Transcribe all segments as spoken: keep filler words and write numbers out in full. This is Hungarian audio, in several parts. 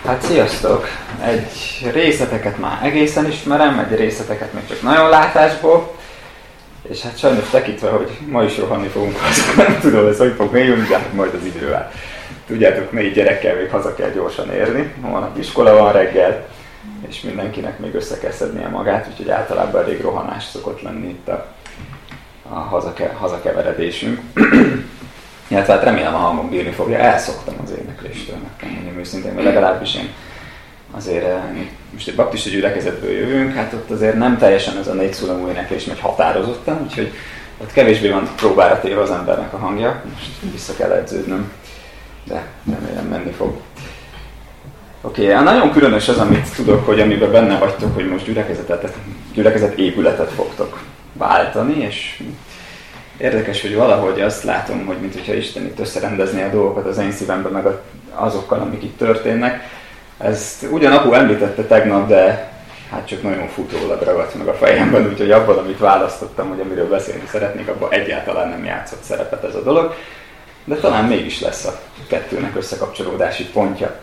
Hát sziasztok! Egy részleteket már egészen ismerem, egy részleteket még csak nagyon látásból, és hát sajnos tekintve, hogy ma is rohanni fogunk, azok nem tudom, ez hogy fog mélyülni, de hát majd az idővel. Tudjátok, négy gyerekkel még haza kell gyorsan érni, holnap iskola van reggel, és mindenkinek még össze kell szednie magát, úgyhogy általában elég rohanás szokott lenni itt a, a hazake, hazakeveredésünk. Illetve hát remélem a hangom bírni fogja, elszoktam az énekléstől, meg kell mondjam őszintén, vagy legalábbis én azért, most egy baptista gyülekezetből jövünk, hát ott azért nem teljesen ez a négy szólamú éneklés megy határozottan, úgyhogy ott kevésbé van próbára téve az embernek a hangja, most vissza kell edződnöm, de remélem menni fog. Oké, okay, nagyon különös az, amit tudok, hogy amiben benne vagytok, hogy most gyülekezetet, gyülekezet épületet fogtok váltani, és érdekes, hogy valahogy azt látom, hogy mintha Isten itt összerendezné a dolgokat az én szívemben, meg azokkal, amik itt történnek. Ezt ugyan apu említette tegnap, de hát csak nagyon futólag ragadt meg a fejemben, úgyhogy abban, amit választottam, hogy amiről beszélni szeretnék, abban egyáltalán nem játszott szerepet ez a dolog. De talán mégis lesz a kettőnek összekapcsolódási pontja.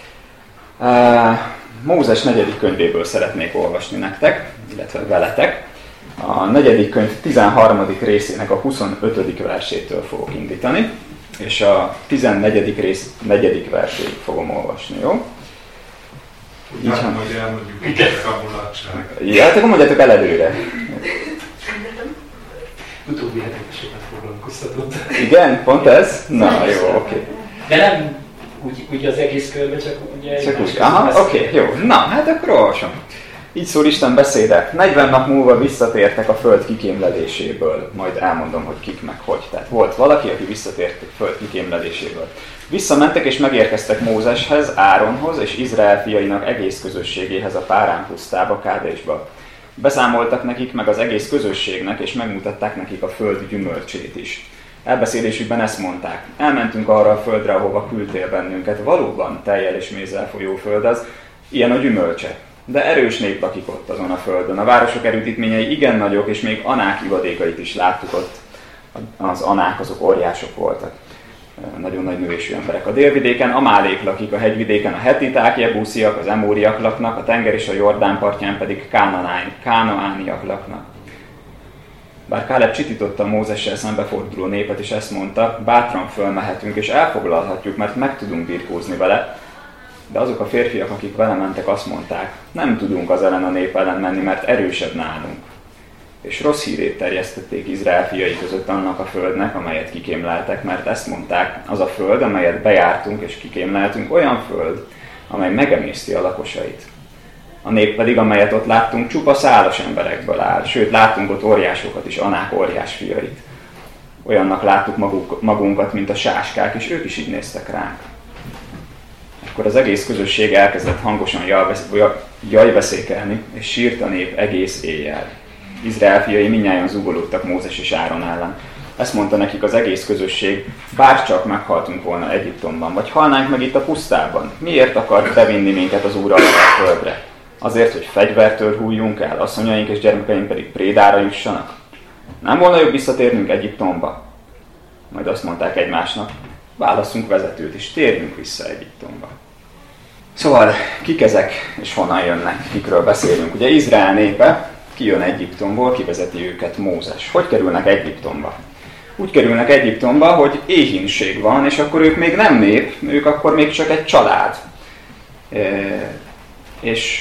Mózes negyedik könyvéből szeretnék olvasni nektek, illetve veletek. A negyedik könyv tizenharmadik részének a huszonötödik versétől fogok indítani, és a tizennegyedik rész negyedik verséig fogom olvasni, jó? Így hát majd elmondjuk, hogy a mulatság. Ja, hát akkor mondjátok el előre. Utóbbi hetek sokat foglalkoztatott. Igen? Pont ez? Na, jó, oké. Okay. De nem úgy, úgy az egész körben, csak ugye... Csak úgy, aha, oké, okay, jó. Na, hát akkor olvasom. Így szól Isten beszéde. negyven nap múlva visszatértek a föld kikémleléséből. Majd elmondom, hogy kik meg hogy. Tehát volt valaki, aki visszatért a föld kikémleléséből. Visszamentek és megérkeztek Mózeshez, Áronhoz és Izrael fiainak egész közösségéhez a Párán pusztába, Kádésba. Beszámoltak nekik meg az egész közösségnek, és megmutatták nekik a föld gyümölcsét is. Elbeszélésükben ezt mondták. Elmentünk arra a földre, ahova küldtél bennünket. Valóban tejjel és mézzel folyó föld az, ilyen a gyümölcse. De erős nép lakik ott azon a földön. A városok erődítményei igen nagyok, és még Anák ivadékait is láttuk ott. Az Anák azok óriások voltak. Nagyon nagy növésű emberek. A délvidéken Amálék lakik, a hegyvidéken a hetiták, jebusziak, az emóriak laknak, a tenger és a Jordán partján pedig kánaániak laknak. Bár Káleb csitította a Mózessel szembeforduló népet, és ezt mondta, bátran fölmehetünk és elfoglalhatjuk, mert meg tudunk birkózni vele. De azok a férfiak, akik vele mentek, azt mondták, nem tudunk az ellen a nép ellen menni, mert erősebb nálunk. És rossz hírét terjesztették Izrael fiai között annak a földnek, amelyet kikémleltek, mert ezt mondták, az a föld, amelyet bejártunk és kikémleltünk, olyan föld, amely megemészti a lakosait. A nép pedig, amelyet ott láttunk, csupa szálas emberekből áll, sőt láttunk ott óriásokat is, Anák óriás fiait. Olyannak láttuk maguk, magunkat, mint a sáskák, és ők is így néztek ránk. Akkor az egész közösség elkezdett hangosan jajbeszékelni, és sírt a nép egész éjjel. Izrael fiai mindnyájan zúgolódtak Mózes és Áron ellen. Ezt mondta nekik az egész közösség, bárcsak meghaltunk volna Egyiptomban, vagy halnánk meg itt a pusztában. Miért akart bevinni minket az Úr arra a földre? Azért, hogy fegyvertől hújjunk el, asszonyaink és gyermekeink pedig prédára jussanak? Nem volna jobb visszatérnünk Egyiptomba? Majd azt mondták egymásnak, válasszunk vezetőt és térjünk vissza Egyiptomba. Szóval kik ezek és honnan jönnek, kikről beszélünk? Ugye Izrael népe kijön Egyiptomból, kivezeti őket Mózes. Hogy kerülnek Egyiptomba? Úgy kerülnek Egyiptomba, hogy éhínség van, és akkor ők még nem nép, ők akkor még csak egy család. E, és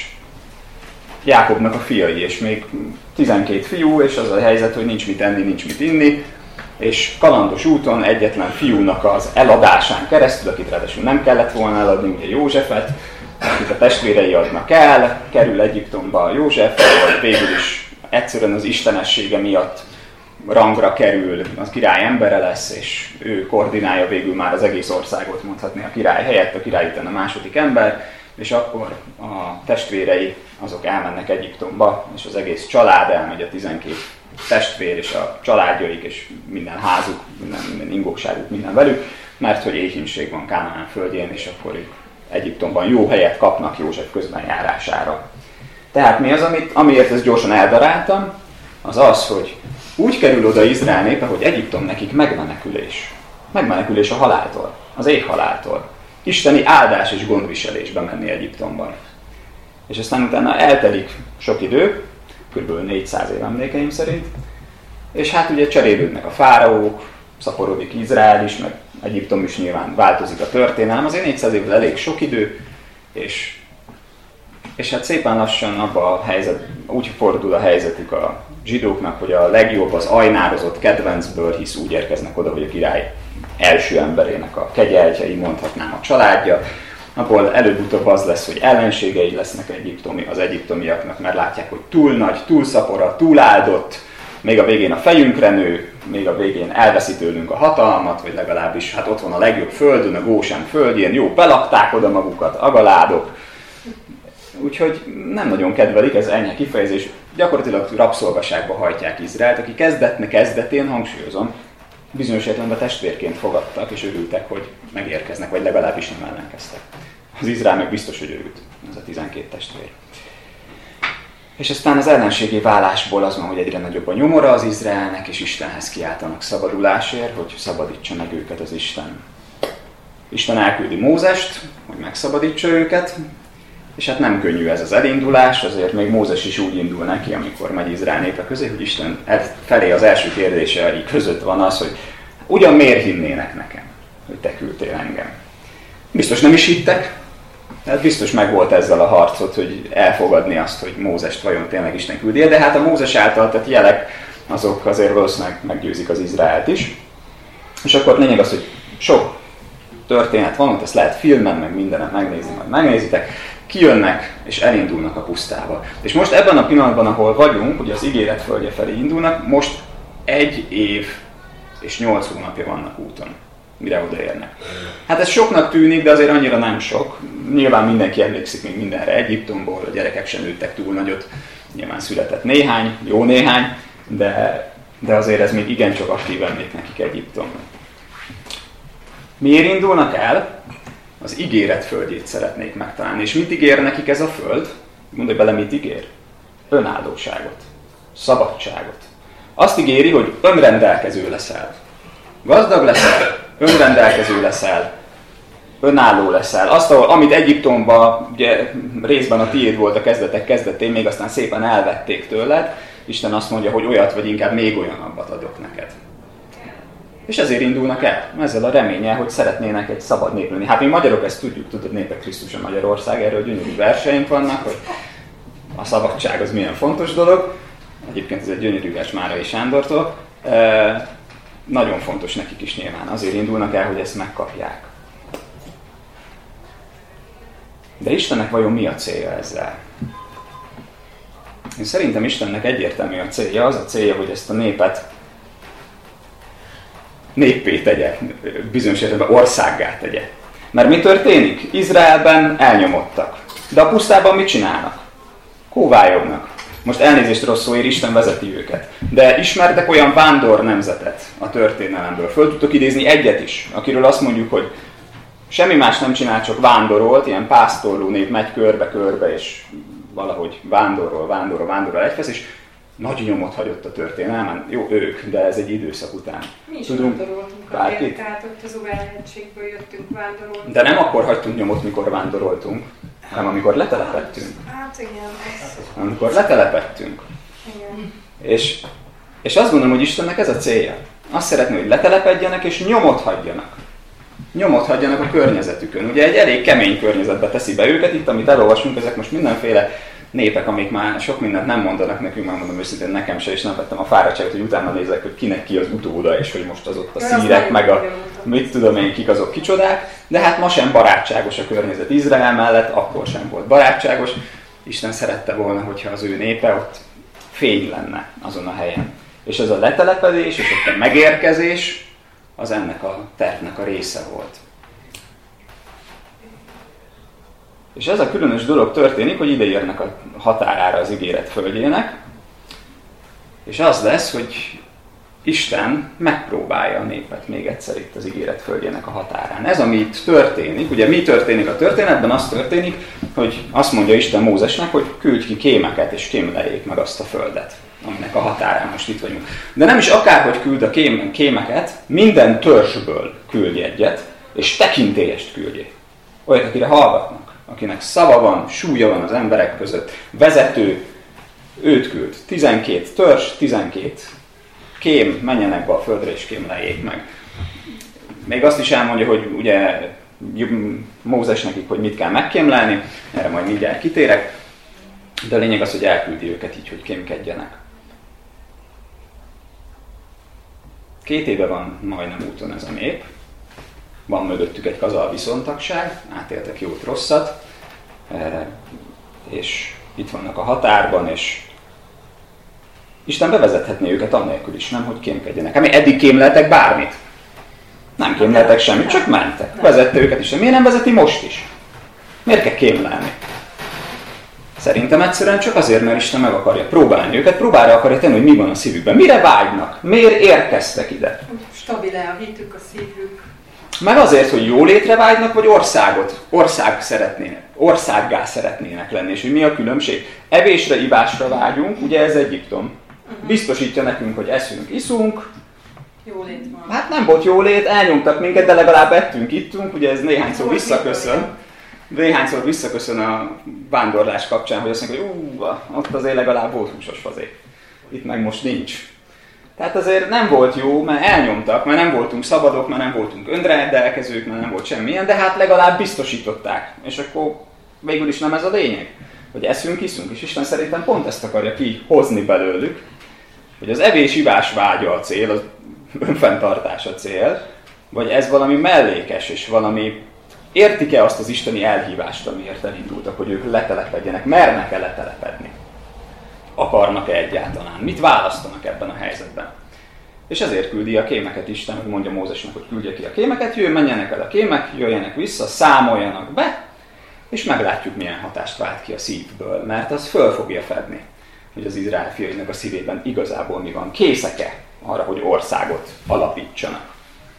Jákobnak a fiai, és még tizenkét fiú, és az a helyzet, hogy nincs mit enni, nincs mit inni, és kalandos úton egyetlen fiúnak az eladásán keresztül, akit ráadásul nem kellett volna eladni, ugye Józsefet, akit a testvérei adnak el, kerül Egyiptomba József, vagy végül is egyszerűen az istenessége miatt rangra kerül, az király embere lesz, és ő koordinálja végül már az egész országot, mondhatni a király helyett, a király után a második ember, és akkor a testvérei azok elmennek Egyiptomba, és az egész család elmegy, a tizenkét testvér és a családjaik, és minden házuk, minden, minden ingóságuk, minden velük, mert hogy éhínség van Kánaán földjén, és akkor ők Egyiptomban jó helyet kapnak József közben járására. Tehát mi az, amit, amiért ezt gyorsan eldaráltam, az az, hogy úgy kerül oda Izrael népe, hogy Egyiptom nekik megmenekülés. Megmenekülés a haláltól, az éhhaláltól. isteni áldás és gondviselésbe menni Egyiptomban. És aztán utána eltelik sok idő, kb. négyszáz év emlékeim szerint, és hát ugye cserélődnek a fáraók, szaporodik Izrael is, meg Egyiptom is nyilván változik a történelem, azért négyszáz évvel elég sok idő, és, és hát szépen lassan abba a helyzet, úgy fordul a helyzetük a zsidóknak, hogy a legjobb az ajnározott kedvencből, hisz úgy érkeznek oda, hogy a király első emberének a kegyeltjei, mondhatnám a családja, abból előbb-utóbb az lesz, hogy ellenségei lesznek egyiptomi, az egyiptomiaknak, mert látják, hogy túl nagy, túl szapora, túl áldott, még a végén a fejünkre nő, még a végén elveszi tőlünk a hatalmat, vagy legalábbis hát ott van a legjobb földön, a Gósen földjén, jó, belakták oda magukat, agaládok. Úgyhogy nem nagyon kedvelik, ez enyhe kifejezés, gyakorlatilag rabszolgaságba hajtják Izraelt, aki kezdetne kezdetén, hangsúlyozom, bizonyos értelemben testvérként fogadtak, és örültek, hogy megérkeznek, vagy legalábbis nem ellenkeztek. Az Izrael meg biztos, hogy örült, ez a tizenkét testvér. És aztán az ellenségi válásból az van, hogy egyre nagyobb a nyomora az Izraelnek, és Istenhez kiáltanak szabadulásért, hogy szabadítsa meg őket az Isten. Isten elküldi Mózest, hogy megszabadítsa őket, és hát nem könnyű ez az elindulás, azért még Mózes is úgy indul neki, amikor megy Izrael népe közé, hogy Isten felé az első kérdései között van az, hogy ugyan miért hinnének nekem, hogy te küldtél engem. Biztos nem is hittek, tehát biztos megvolt ezzel a harcot, hogy elfogadni azt, hogy Mózest vajon tényleg Isten küldi, de hát a Mózes által tett jelek, azok azért valószínűleg meggyőzik az Izraelt is. És akkor lényeg az, hogy sok történet van, ott ezt lehet filmen, meg mindenet megnézni, majd megnézitek, kijönnek és elindulnak a pusztába. És most ebben a pillanatban, ahol vagyunk, ugye az ígéret földje felé indulnak, most egy év és nyolc hónapja vannak úton, mire odaérnek. Hát ez soknak tűnik, de azért annyira nem sok. Nyilván mindenki emlékszik még mindenre Egyiptomból, a gyerekek sem nőttek túl nagyot, nyilván született néhány, jó néhány, de, de azért ez még igencsak aktív emlék nekik Egyiptom. Miért indulnak el? Az ígéret földjét szeretnék megtalálni. És mit ígér nekik ez a föld? Gondolj bele, mit ígér? Önállóságot, szabadságot. Azt ígéri, hogy önrendelkező leszel. Gazdag leszel, önrendelkező leszel, önálló leszel. Azt, amit Egyiptomban ugye, részben a tiéd volt a kezdetek kezdetén, még aztán szépen elvették tőled, Isten azt mondja, hogy olyat vagy inkább még olyanabbat adok neked. És ezért indulnak el, ezzel a reménnyel, hogy szeretnének egy szabad nép lenni. Hát mi magyarok ezt tudjuk, tudod, Népek Krisztusa Magyarország, erről gyönyörű verseink vannak, hogy a szabadság az milyen fontos dolog. Egyébként ez egy gyönyörű vers Márai Sándortól. E, nagyon fontos nekik is nyilván, azért indulnak el, hogy ezt megkapják. De Istennek vajon mi a célja ezzel? Én szerintem Istennek egyértelmű a célja, az a célja, hogy ezt a népet néppé tegye, bizonyos értelemben országgá tegye. Mert mi történik? Izraelben elnyomottak. De a pusztában mit csinálnak? Kóvályognak. Most elnézést rossz szóért, Isten vezeti őket. De ismertek olyan vándor nemzetet a történelemből. Föl tudtok idézni egyet is, akiről azt mondjuk, hogy semmi más nem csinál, csak vándorolt, ilyen pásztorló nép megy körbe-körbe, és valahogy vándorol, vándorol, vándorol egyfesz, és nagy nyomot hagyott a történelmen. Jó, ők, de ez egy időszak után. Mi is vándoroltunk, bárkit? Tehát ott az Uber-hegységből jöttünk, vándoroltunk. De nem akkor hagytunk nyomot, mikor vándoroltunk, hanem amikor letelepettünk. Hát igen. Amikor letelepettünk. Igen. És, és azt gondolom, hogy Istennek ez a célja. Azt szeretné, hogy letelepedjenek és nyomot hagyjanak. Nyomot hagyjanak a környezetükön. Ugye egy elég kemény környezetbe teszi be őket. Itt, amit elolvasunk, ezek most mindenféle népek, amik már sok mindent nem mondanak nekünk, már mondom őszintén nekem se, és nem vettem a fáradtságot, hogy utána nézek, hogy kinek ki az utóda, és hogy most az ott a szírek, meg a mit tudom én, kik azok kicsodák, de hát ma sem barátságos a környezet Izrael mellett, akkor sem volt barátságos. Isten szerette volna, hogyha az ő népe ott fény lenne azon a helyen. És ez a letelepedés, és ott a megérkezés, az ennek a tervnek a része volt. És ez a különös dolog történik, hogy ideérnek a határára az ígéret földjének, és az lesz, hogy Isten megpróbálja a népet még egyszer itt az ígéret földjének a határán. Ez, ami itt történik, ugye mi történik a történetben? Az történik, hogy azt mondja Isten Mózesnek, hogy küldj ki kémeket, és kémleljék meg azt a földet, aminek a határán most itt vagyunk. De nem is akárhogy küld a kém, kémeket, minden törzsből küldj egyet, és tekintélyest küldjék. Olyat, akire hallgatnak, akinek szava van, súlya van az emberek között, vezető, őt küld. tizenkét törzs, tizenkét kém, menjenek be a földre és kémleljék meg. Még azt is elmondja, hogy ugye Mózes nekik, hogy mit kell megkémlelni, erre majd mindjárt kitérek, de a lényeg az, hogy elküldi őket így, hogy kémkedjenek. Két éve van majdnem úton ez a nép, van mögöttük egy kazal viszontagság, átéltek jót, rosszat, és itt vannak a határban, és Isten bevezethetné őket annélkül is, nem, hogy kémkedjenek. Hát mi eddig kémleltek bármit. Nem kémleltek semmit, csak mentek. Vezette őket Isten. Miért nem vezeti most is? Miért kell kémlelni? Szerintem egyszerűen csak azért, mert Isten meg akarja próbálni őket, próbálra akarja tenni, hogy mi van a szívükben. Mire vágynak? Miért érkeztek ide? Stabil-e a hitük, a szívük? Meg azért, hogy jólétre vágynak, vagy országot, ország szeretnének, országgá szeretnének lenni. És hogy mi a különbség? Evésre, ivásra vágyunk, ugye ez Egyiptom. Biztosítja nekünk, hogy eszünk, iszunk. Jólét van. Hát nem volt jólét, elnyomtak minket, de legalább ettünk, ittunk, ugye ez néhányszor visszaköszön. Néhányszor visszaköszön a vándorlás kapcsán, hogy azt mondjuk, hogy ú, ott azért legalább volt húsos fazé. Itt meg most nincs. Tehát azért nem volt jó, mert elnyomtak, mert nem voltunk szabadok, mert nem voltunk önrendelkezők, mert nem volt semmilyen, de hát legalább biztosították. És akkor végül is nem ez a lényeg, hogy eszünk, iszunk, és Isten szerintem pont ezt akarja kihozni belőlük, hogy az evés-ivás vágya a cél, az önfenntartás a cél, vagy ez valami mellékes, és valami értik-e azt az isteni elhívást, amiért elindultak, hogy ők letelepedjenek, mernek-e letelepedni? Akarnak-e egyáltalán? Mit választanak ebben a helyzetben? És ezért küldi a kémeket Isten, hogy mondja Mózesnek, hogy küldje ki a kémeket, jöjjön, menjenek el a kémek, jöjjenek vissza, számoljanak be, és meglátjuk, milyen hatást vált ki a szívből, mert az föl fogja fedni, hogy az Izrael fiainak a szívében igazából mi van. Készek-e arra, hogy országot alapítsanak?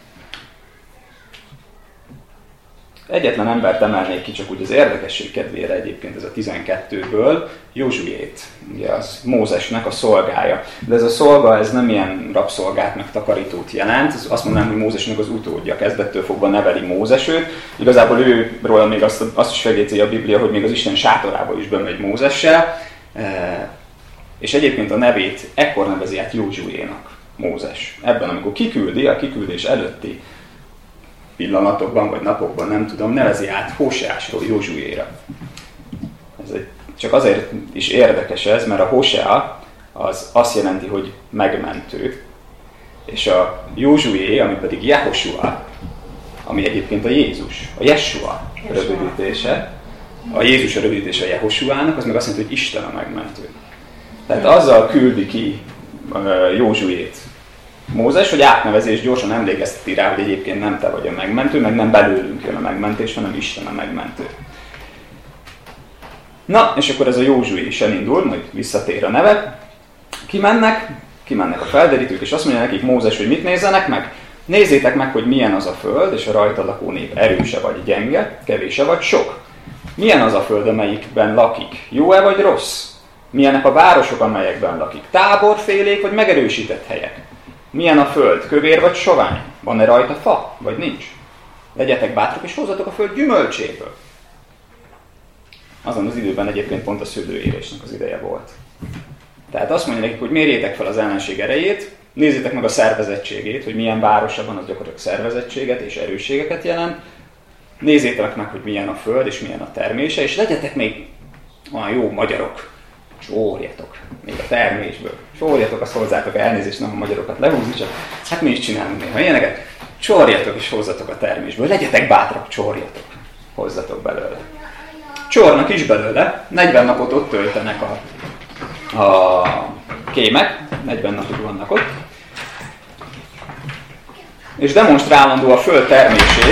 Egyetlen embert emelnék ki csak úgy az érdekesség kedvére egyébként ez a tizenkettőből, Józsuét, ugye az Mózesnek a szolgája. De ez a szolga, ez nem ilyen rabszolgát meg takarítót jelent, azt mondanám, hogy Mózesnek az utódja, kezdettől fogva neveli Mózes őt. Igazából őről még azt, azt is feljegyzi a Biblia, hogy még az Isten sátorába is bemegy Mózessel, és egyébként a nevét ekkor nevezi át Józsuénak Mózes. Ebben, amikor kiküldi, a kiküldés előtti pillanatokban vagy napokban, nem tudom, nevezi át Hóseásról Józsuéra. Ez egy, csak azért is érdekes ez, mert a Hósea az azt jelenti, hogy megmentő, és a Józsué, ami pedig Jehoshua, ami egyébként a Jézus, a Jeshua rövidítése, a Jézus a rövidítése a Jehoshuának, az meg azt jelenti, hogy Isten a megmentő. Tehát azzal küldi ki Józsuét Mózes, hogy átnevezi és gyorsan emlékezteti rá, hogy egyébként nem te vagy a megmentő, meg nem belőlünk jön a megmentés, hanem Isten a megmentő. Na, és akkor ez a Józsué is elindul, majd visszatér a neve. Kimennek, kimennek a felderítők, és azt mondja nekik Mózes, hogy mit nézzenek meg. Nézzétek meg, hogy milyen az a föld, és a rajta lakó nép erőse vagy gyenge, kevése vagy sok. Milyen az a föld, amelyikben lakik? Jó-e vagy rossz? Milyenek a városok, amelyekben lakik? Táborfélék vagy megerősített helyek? Milyen a föld? Kövér vagy sovány? Van-e rajta fa? Vagy nincs? Legyetek bátrak és hozzatok a föld gyümölcséből. Azon az időben egyébként pont a szőlőérésnek az ideje volt. Tehát azt mondja nekik, hogy mérjétek fel az ellenség erejét, nézzétek meg a szervezettségét, hogy milyen városa van, az gyakorlatilag szervezettséget és erősségeket jelent. Nézzétek meg, hogy milyen a föld és milyen a termése, és legyetek még olyan jó magyarok. Csórjatok, még a termésből. Csórjatok, azt hozzátok, elnézést, nem a magyarokat lehúzni, csak hát mi is csinálunk néha ilyeneket. Csórjatok és hozzatok a termésből. Legyetek bátrak, csórjatok. Hozzatok belőle. Csornak is belőle. negyven napot ott töltenek a, a kémek. negyven napig vannak ott. És demonstrálandó a föld termését.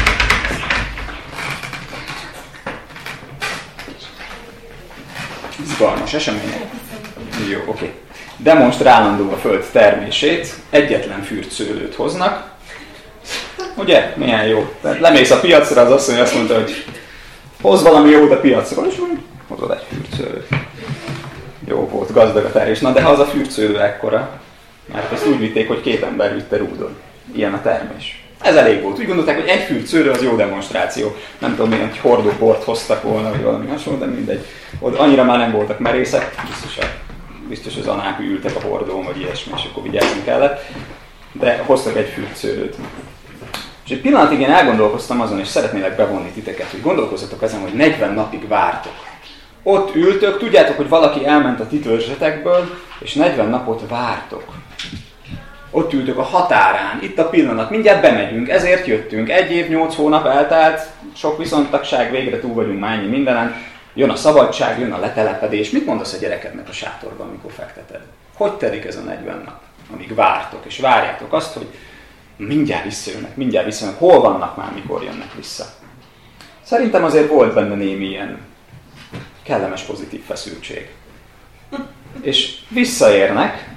Izgalmas események. Jó, oké. Okay. Demonstrálandó a föld termését, egyetlen fürtszőlőt hoznak. Ugye? Milyen jó. Tehát lemész a piacra, az asszony azt mondta, hogy hoz valami jót a piacról, és hozod egy fürtszőlőt. Jó volt, gazdag a termés. Na de ha az a fürtszőlő ekkora, mert ezt úgy vitték, hogy két ember vitte rúdon. Ilyen a termés. Ez elég volt. Úgy gondolták, hogy egy fürt szőlő az jó demonstráció. Nem tudom, milyen egy hordó bort hoztak volna, vagy valami hasonló, de mindegy. Ott annyira már nem voltak merészek, biztos, a, biztos az anák ültek a hordón, vagy ilyesmi, és akkor vigyázni kellett. De hoztak egy fürt szőlőt. És egy pillanatig én elgondolkoztam azon, és szeretnélek bevonni titeket, hogy gondolkozzatok ezen, hogy negyven napig vártok. Ott ültök, tudjátok, hogy valaki elment a ti törzsetekből, és negyven napot vártok. Ott ültök a határán, itt a pillanat, mindjárt bemegyünk, ezért jöttünk. Egy év, nyolc hónap eltelt, sok viszontagság, végre túl vagyunk már ennyi mindenen. Jön a szabadság, jön a letelepedés. Mit mondasz a gyerekednek a sátorban, amikor fekteted? Hogy telik ez a negyven nap, amíg vártok, és várjátok azt, hogy mindjárt visszajönnek, mindjárt visszajönnek. Hol vannak már, mikor jönnek vissza? Szerintem azért volt benne némi ilyen kellemes pozitív feszültség. És visszaérnek,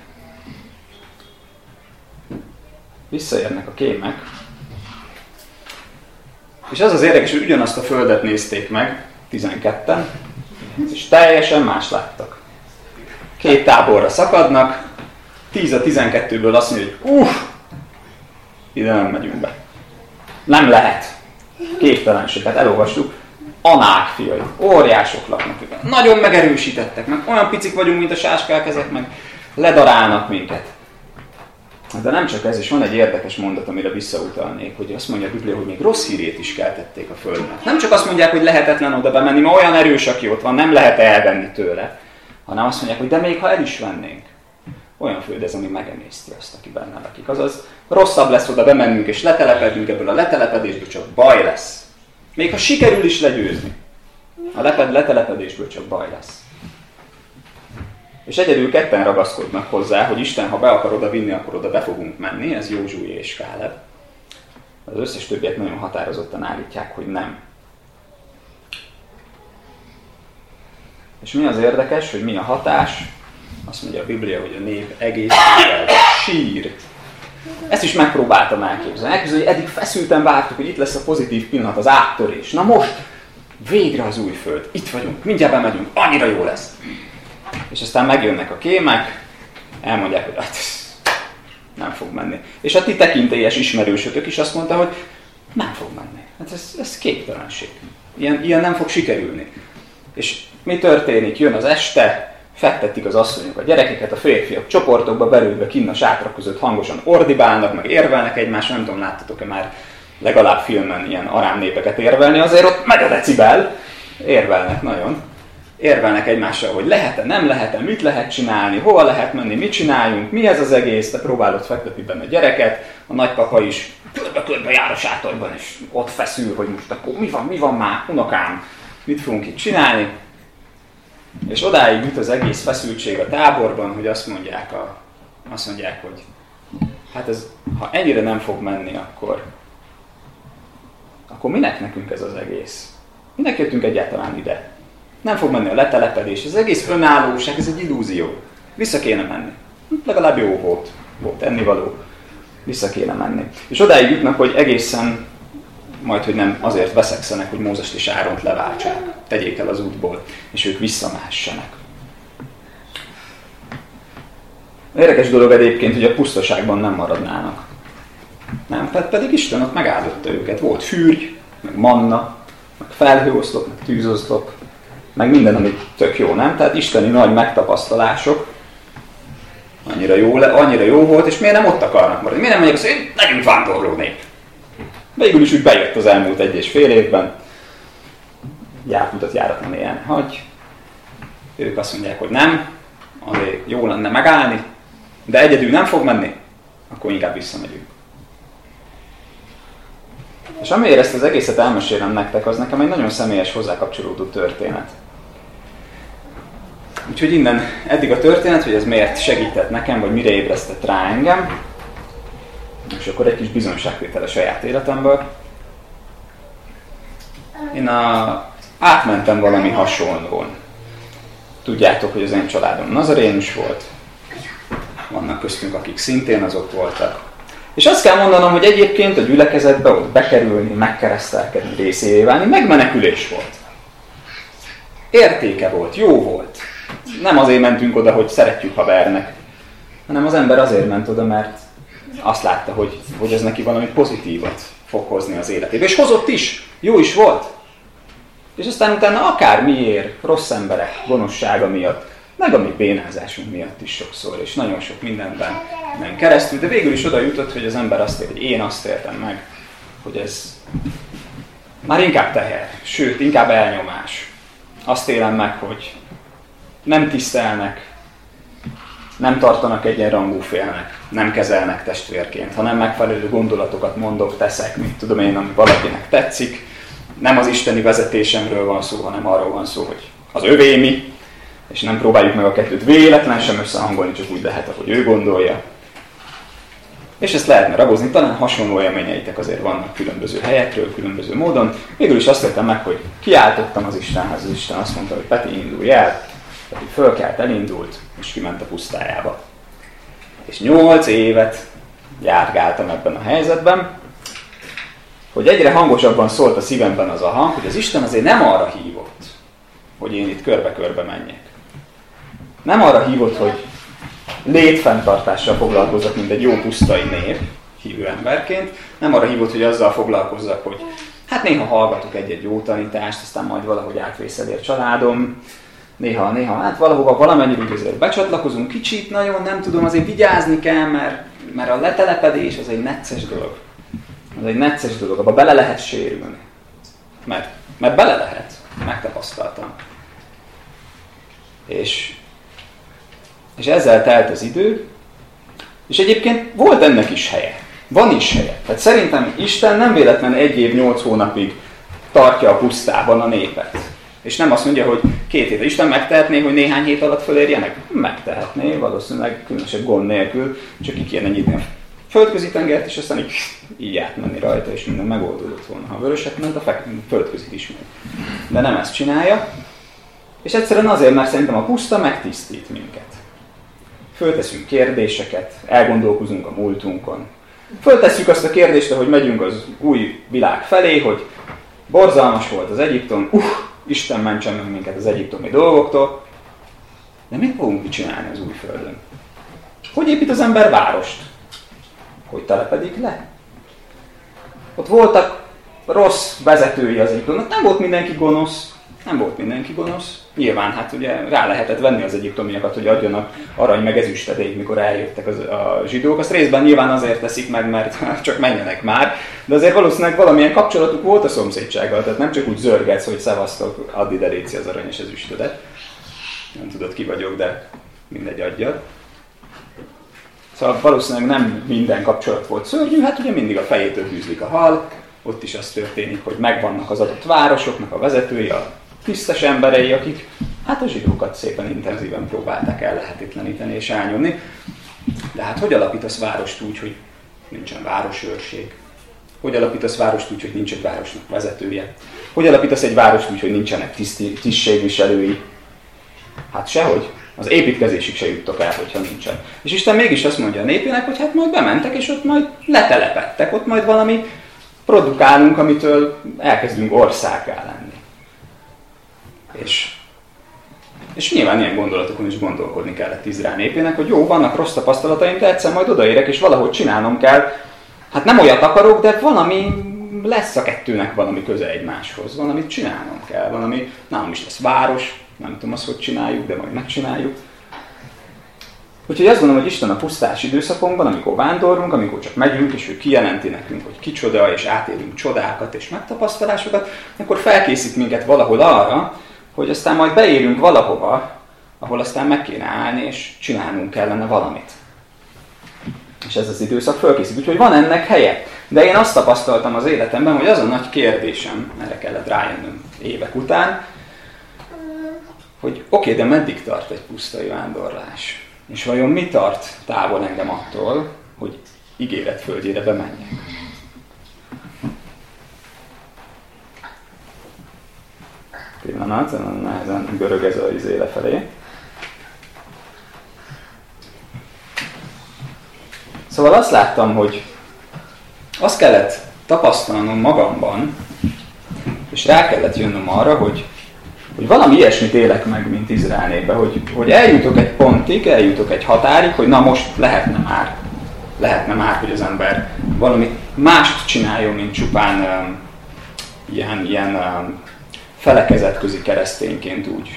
visszaérnek a kémek, és az az érdekes, hogy ugyanazt a földet nézték meg, tizenketten, és teljesen más láttak. Két táborra szakadnak, tíz a tizenkettőből azt mondja, hogy uff, ide nem megyünk be. Nem lehet. Képtelenséget elolvastuk. Anák fiai, óriások laknak. Nagyon megerősítettek, meg olyan picik vagyunk, mint a sáskák, ezek meg ledarálnak minket. De nem csak ez, és van egy érdekes mondat, amire visszautalnék, hogy azt mondja a Biblia, hogy még rossz hírét is keltették a földnek. Nem csak azt mondják, hogy lehetetlen oda bemenni, mert olyan erős, aki ott van, nem lehet elvenni tőle, hanem azt mondják, hogy de még ha el is vennénk, olyan föld ez, ami megemészti azt, aki benne lakik. Azaz rosszabb lesz oda bemennünk és letelepedünk, ebből a letelepedésből csak baj lesz. Még ha sikerül is legyőzni, a letelepedésből csak baj lesz. És egyedül ketten ragaszkodnak hozzá, hogy Isten, ha be akar oda vinni, akkor oda be fogunk menni, ez Józsué és Káleb. Az összes többiek nagyon határozottan állítják, hogy nem. És mi az érdekes, hogy mi a hatás? Azt mondja a Biblia, hogy a nép egészével sír. Ezt is megpróbáltam elképzelni. Elképzelni, hogy eddig feszülten vártuk, hogy itt lesz a pozitív pillanat, az áttörés. Na most, végre az új föld. Itt vagyunk, mindjárt bemegyünk, annyira jó lesz. És aztán megjönnek a kémek, elmondják, hogy hát nem fog menni. És a ti tekintélyes ismerősötök is azt mondta, hogy nem fog menni. Hát ez, ez képtelenség. Ilyen, ilyen nem fog sikerülni. És mi történik? Jön az este, fektetik az asszonyok a gyerekeket, a férfiak csoportokba belülve kinn a sátrak között hangosan ordibálnak, meg érvelnek egymással. Nem tudom, láttatok-e már legalább filmen ilyen arám népeket érvelni, azért ott megy a decibel. Érvelnek nagyon. Érvelnek egymással, hogy lehet-e, nem lehet-e, mit lehet csinálni, hova lehet menni, mit csináljunk, mi ez az egész, te próbálod fektetni benne a gyereket, a nagypapa is körbe-körbe jár a sátorban, és ott feszül, hogy most akkor mi van, mi van már, unokám, mit fogunk itt csinálni. És odáig jut az egész feszültség a táborban, hogy azt mondják, a, azt mondják, hogy hát ez, ha ennyire nem fog menni, akkor, akkor minek nekünk ez az egész? Minek jöttünk egyáltalán ide? Nem fog menni a letelepedés, ez egész önállóság, ez egy illúzió. Vissza kéne menni. Legalább jó volt, volt ennivaló. Vissza kéne menni. És odáig jutnak, hogy egészen, majd, hogy nem azért veszekszenek, hogy Mózest és Áront leváltsák, tegyék el az útból, és ők visszamehessenek. Érdekes dolog egyébként, hogy a pusztaságban nem maradnának. Nem, pedig Isten ott megáldotta őket. Volt fürgy, meg manna, meg felhőoszlop, meg tűzoszlop, meg minden, ami tök jó, nem? Tehát isteni nagy megtapasztalások, annyira jó, le, annyira jó volt, és miért nem ott akarnak maradni? Miért nem mondják azt, hogy legyünk vándorló nép? Végül is úgy bejött az elmúlt egy és fél évben, jártutat járatlan élni. Hagy. Ők azt mondják, hogy nem, azért jó lenne megállni, de egyedül nem fog menni, akkor inkább visszamegyünk. És amiért ezt az egészet elmesélem nektek, az nekem egy nagyon személyes hozzákapcsolódó történet. Úgyhogy innen eddig a történet, hogy ez miért segített nekem, vagy mire ébresztett rá engem, és akkor egy kis bizonyságtétel a saját életemből. Én a, átmentem valami hasonlón. Tudjátok, hogy az én családom nazarénus volt, vannak köztünk, akik szintén azok voltak. És azt kell mondanom, hogy egyébként a gyülekezetbe ott bekerülni, megkeresztelkedni, részévé válni, megmenekülés volt. Értéke volt, jó volt. Nem azért mentünk oda, hogy szeretjük havernek, hanem az ember azért ment oda, mert azt látta, hogy, hogy ez neki valami pozitívat fog hozni az életébe. És hozott is, jó is volt. És aztán utána akár miért, rossz emberek gonoszsága miatt, meg a mi bénázásunk miatt is sokszor, és nagyon sok mindenben nem keresztül, de végül is oda jutott, hogy az ember azt ér, hogy én azt értem meg, hogy ez már inkább teher, sőt, inkább elnyomás. Azt élem meg, hogy nem tisztelnek, nem tartanak egyenrangú félnek, nem kezelnek testvérként, hanem megfelelő gondolatokat mondok, teszek, mit tudom én, ami valakinek tetszik. Nem az isteni vezetésemről van szó, hanem arról van szó, hogy az övé mi, és nem próbáljuk meg a kettőt véletlen sem összehangolni, csak úgy lehet, ahogy ő gondolja. És ezt lehetne ragozni, talán hasonló élményeitek azért vannak különböző helyekről, különböző módon. Végül is azt értem meg, hogy kiáltottam az Istenhez, az Isten azt mondta, hogy Peti, indulj el, Peti fölkelt, elindult, és kiment a pusztájába. És nyolc évet járgáltam ebben a helyzetben, hogy egyre hangosabban szólt a szívemben az a hang, hogy az Isten azért nem arra hívott, hogy én itt körbe-körbe menjek. Nem arra hívott, hogy létfenntartással foglalkozzak, mint egy jó pusztai nép, hívő emberként. Nem arra hívott, hogy azzal foglalkozzak, hogy hát néha hallgatok egy-egy jó tanítást, aztán majd valahogy átvészelér a családom. Néha, néha, hát valahova valamennyire úgy azért becsatlakozunk kicsit, nagyon nem tudom, azért vigyázni kell, mert, mert a letelepedés az egy necces dolog. Az egy necces dolog, abba bele lehet sérülni. Mert, mert bele lehet, megtapasztaltam. És, és ezzel telt az idő, és egyébként volt ennek is helye. Van is helye. Tehát szerintem Isten nem véletlen egy év, nyolc hónapig tartja a pusztában a népet. És nem azt mondja, hogy két hétre. Isten megtehetné, hogy néhány hét alatt fölérjenek? Megtehetné, valószínűleg különösebb gond nélkül, csak ki kéne nyitni a földközi tengert, és aztán így, így átmenni rajta, és minden megoldódott volna. Ha vörösek ment, a földközit is meg. De nem ezt csinálja. És egyszerűen azért, mert szerintem a puszta megtisztít minket. Fölteszünk kérdéseket, elgondolkozunk a múltunkon. Föltesszük azt a kérdést, hogy megyünk az új világ felé, hogy borzalmas volt az Egyiptom, uh, Isten mentsen meg minket az egyiptomi dolgoktól. De mit fogunk mit csinálni az új földön? Hogy épít az ember várost? Hogy telepedik le? Ott voltak rossz vezetői az Egyiptomnak, nem volt mindenki gonosz, nem volt mindenki gonosz. Nyilván hát ugye rá lehetett venni az egyiptomiakat, hogy adjanak arany meg ezüstedélyt, mikor eljöttek az, a zsidók. Azt részben nyilván azért teszik meg, mert csak menjenek már, de azért valószínűleg valamilyen kapcsolatuk volt a szomszédsággal, tehát nem csak úgy zörgetsz, hogy szevasztok, add ide léci az arany és ezüstödet. Nem tudod ki vagyok, de mindegy, adjad. Szóval valószínűleg nem minden kapcsolat volt szörnyű, hát ugye mindig a fejétől bűzlik a hal, ott is az történik, hogy megvannak az adott városoknak a vezetői, a tisztes emberei, akik hát a zsidókat szépen intenzíven próbálták ellehetetleníteni és elnyomni. De hát hogy alapítasz várost úgy, hogy nincsen városőrség? Hogy alapítasz várost úgy, hogy nincs egy városnak vezetője? Hogy alapítasz egy várost úgy, hogy nincsenek tiszti, tisztségviselői? Hát sehogy. Az építkezésig se juttok el, hogyha nincsen. És Isten mégis azt mondja a népének, hogy hát majd bementek, és ott majd letelepedtek, ott majd valami produkálunk, amitől elkezdünk országgá lenni. És, és nyilván ilyen gondolatokon is gondolkodni kellett Izrael népének, hogy jó, vannak rossz tapasztalataim, de egyszer majd odaérek, és valahogy csinálnom kell. Hát nem olyat akarok, de valami lesz a kettőnek valami köze egymáshoz. Valamit csinálnom kell, valami, nálam is lesz város, nem tudom azt, hogy csináljuk, de majd megcsináljuk. Úgyhogy azt gondolom, hogy Isten a pusztás időszakunkban, amikor vándorlunk, amikor csak megyünk, és ő kijelenti nekünk, hogy kicsoda, és átélünk csodákat és megtapasztalásokat, akkor felkészít minket valahol arra, hogy aztán majd beérünk valahova, ahol aztán meg kéne állni, és csinálnunk kellene valamit. És ez az időszak fölkészít. Úgyhogy van ennek helye. De én azt tapasztaltam az életemben, hogy az a nagy kérdésem, erre kellett rájönnöm évek után, hogy oké, de meddig tart egy pusztai vándorlás? És vajon mi tart távol engem attól, hogy ígéret földjére bemenjek? Pillanat, nehezen görög ez az izé lefelé. Szóval azt láttam, hogy azt kellett tapasztalnom magamban, és rá kellett jönnöm arra, hogy, hogy valami ilyesmit élek meg, mint Izrael népe, hogy, hogy eljutok egy pontig, eljutok egy határig, hogy na most lehetne már. lehetne már, hogy az ember valami mást csináljon, mint csupán um, ilyen, ilyen um, felekezetközi keresztényként úgy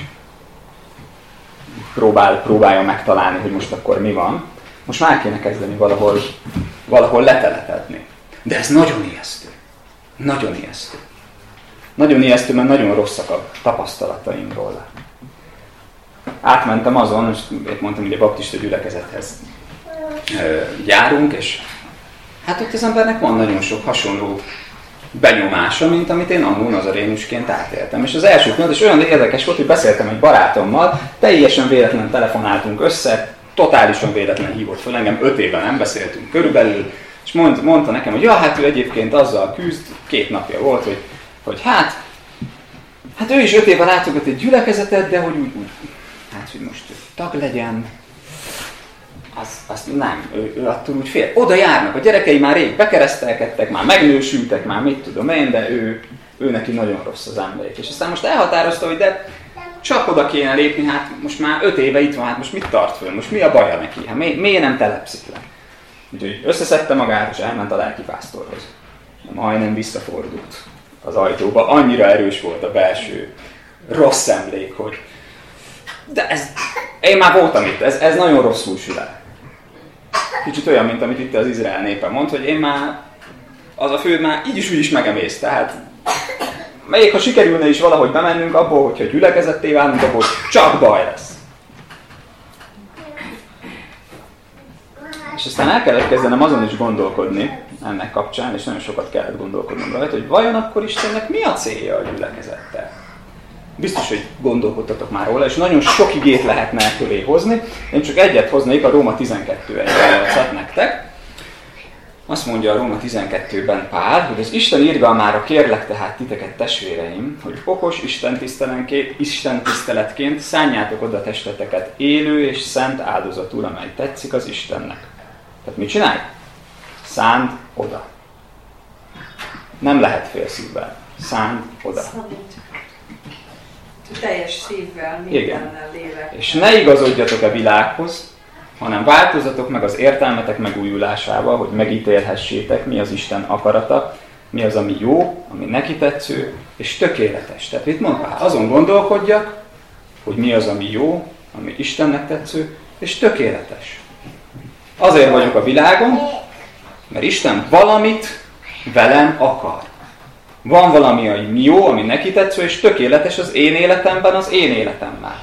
próbál, próbálja megtalálni, hogy most akkor mi van. Most már kéne kezdeni valahol, valahol letelepedni. De ez nagyon ijesztő. Nagyon ijesztő. Nagyon ijesztő, mert nagyon rosszak a tapasztalataim róla. Átmentem azon, és mondtam, hogy a baptista gyülekezethez járunk, és hát ott az embernek van nagyon sok hasonló benyomása, mint amit én annól nazarénusként átéltem. És az első pillanat, és olyan érdekes volt, hogy beszéltem egy barátommal, teljesen véletlen telefonáltunk össze, totálisan véletlen hívott fel engem, öt éve nem beszéltünk körülbelül, és mond, mondta nekem, hogy ja, hát ő egyébként azzal küzd, két napja volt, hogy, hogy hát, hát ő is öt éve látogat egy gyülekezetet, de hogy úgy, úgy hát, hogy most tag legyen, az, az nem, ő, ő attól úgy fél. Oda járnak, a gyerekei már rég bekeresztelkedtek, már megnősültek, már mit tudom én, de ő, ő neki nagyon rossz az emberek. És aztán most elhatározta, hogy de csak oda kéne lépni, hát most már öt éve itt van, hát most mit tart föl, most mi a baja neki, hát mi, miért nem telepszik le? Úgyhogy összeszedte magát, és elment a lelkipásztorhoz. Majdnem visszafordult az ajtóba, annyira erős volt a belső rossz emlék, hogy de ez, én már voltam itt, ez, ez nagyon rosszul sül el. Kicsit olyan, mint amit itt az Izrael népe mond, hogy én már, az a föld már így is úgy is megemész, tehát még ha sikerülne is valahogy bemennünk abból, hogyha gyülekezetté válunk, abból csak baj lesz. És aztán el kellett kezdenem azon is gondolkodni ennek kapcsán, és nagyon sokat kellett gondolkodnom rajta, hogy vajon akkor Istennek mi a célja a gyülekezettel? Biztos, hogy gondolkodtatok már róla, és nagyon sok igét lehetne köré hozni. Én csak egyet hoznék, a Róma tizenkettő egy nektek. Azt mondja a Róma tizenkettőben Pál, hogy az Isten irgalmára kérlek tehát titeket, testvéreim, hogy okos Isten tiszteletként szánjátok oda testeteket élő és szent áldozatul, amely tetszik az Istennek. Tehát mit csinálj? Szánd oda. Nem lehet félszívvel. Szánd oda. Teljes szívvel, mindennel, lélekkel. És ne igazodjatok a világhoz, hanem változatok meg az értelmetek megújulásával, hogy megítélhessétek, mi az Isten akarata, mi az, ami jó, ami neki tetsző, és tökéletes. Tehát itt mondta, azon gondolkodjak, hogy mi az, ami jó, ami Istennek tetsző, és tökéletes. Azért vagyok a világon, mert Isten valamit velem akar. Van valami, ami jó, ami neki tetsző, és tökéletes az én életemben, az én életemmel.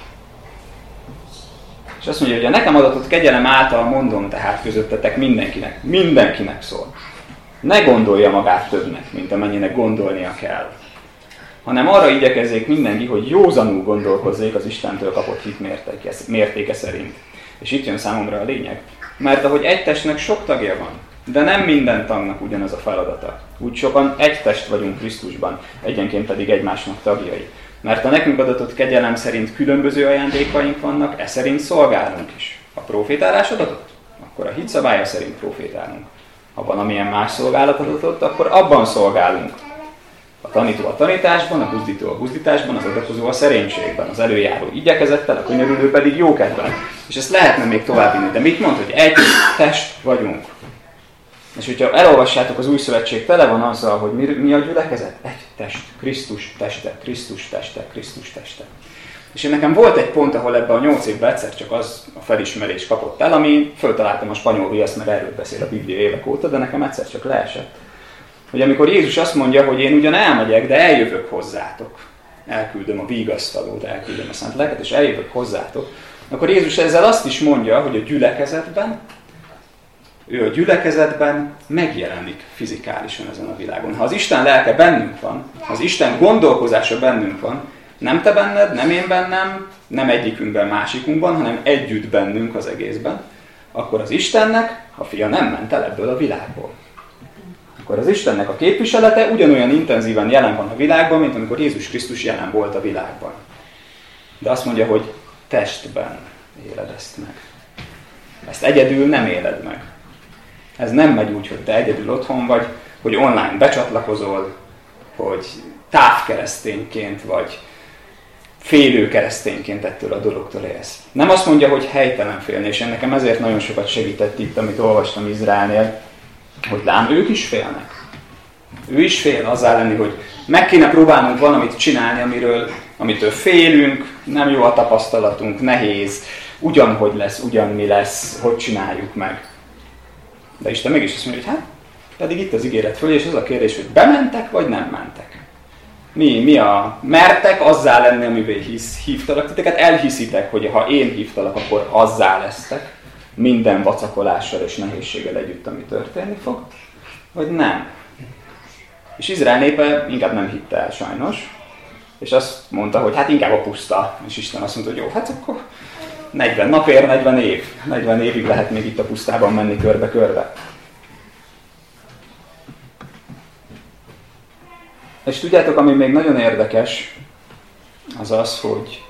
És azt mondja, hogy a nekem adatott kegyelem által mondom tehát közöttetek mindenkinek, mindenkinek szól. Ne gondolja magát többnek, mint amennyinek gondolnia kell. Hanem arra igyekezzék mindenki, hogy józanul gondolkozzék az Istentől kapott hit mértéke, mértéke szerint. És itt jön számomra a lényeg. Mert ahogy egy testnek sok tagja van, de nem minden tagnak ugyanaz a feladata. Úgy sokan egy test vagyunk Krisztusban, egyenként pedig egymásnak tagjai. Mert a nekünk adatott kegyelem szerint különböző ajándékaink vannak, e szerint szolgálunk is. A profétálás adatot? Akkor a hit szabálya szerint profétálunk. Ha valamilyen más szolgálat adatot, akkor abban szolgálunk. A tanító a tanításban, a buzdító a buzdításban, az adakozó a szerénységben, az előjáró igyekezettel, a könyörülő pedig jókedvel. És ezt lehetne még továbbvinni, de mit mond, hogy egy test vagyunk. És hogyha elolvassátok, az új szövetség tele van azzal, hogy mi, mi a gyülekezet? Egy test, Krisztus teste, Krisztus teste, Krisztus teste. És én nekem volt egy pont, ahol ebben a nyolc évben egyszer csak az a felismerés kapott el, ami föltaláltam a spanyol viaszt, mert erről beszél a Biblia évek óta, de nekem egyszer csak leesett. Hogy amikor Jézus azt mondja, hogy én ugyan elmegyek, de eljövök hozzátok. Elküldöm a vigasztalót, elküldöm a szent lelket, és eljövök hozzátok. Akkor Jézus ezzel azt is mondja, hogy a gyülekezetben, ő a gyülekezetben megjelenik fizikálisan ezen a világon. Ha az Isten lelke bennünk van, ha az Isten gondolkozása bennünk van, nem te benned, nem én bennem, nem egyikünkben, másikunkban, hanem együtt bennünk az egészben, akkor az Istennek a fia nem ment el ebből a világból. Akkor az Istennek a képviselete ugyanolyan intenzíven jelen van a világban, mint amikor Jézus Krisztus jelen volt a világban. De azt mondja, hogy testben éled ezt meg. Ezt egyedül nem éled meg. Ez nem megy úgy, hogy te egyedül otthon vagy, hogy online becsatlakozol, hogy távkeresztényként vagy félő keresztényként ettől a dologtól élsz. Nem azt mondja, hogy helytelen félni, és nekem ezért nagyon sokat segített itt, amit olvastam Izraelnél, hogy lám, ők is félnek. Ő is fél azzal lenni, hogy meg kéne próbálnunk valamit csinálni, amiről, amitől félünk, nem jó a tapasztalatunk, nehéz, ugyanhogy lesz, ugyan mi lesz, hogy csináljuk meg. De Isten mégis azt mondja, hogy hát, pedig itt az ígéret föl, és az a kérdés, hogy bementek, vagy nem mentek. Mi, mi a mertek azzá lenni, amiben hisz, hívtalak titeket, elhiszitek, hogy ha én hívtalak, akkor azzá lesztek, minden vacakolással és nehézséggel együtt, ami történni fog, vagy nem. És Izrael népe inkább nem hitte el sajnos, és azt mondta, hogy hát inkább a puszta. És Isten azt mondta, hogy jó, hát akkor negyven napért, negyven év. negyven évig lehet még itt a pusztában menni körbe-körbe. És tudjátok, ami még nagyon érdekes, az az, hogy,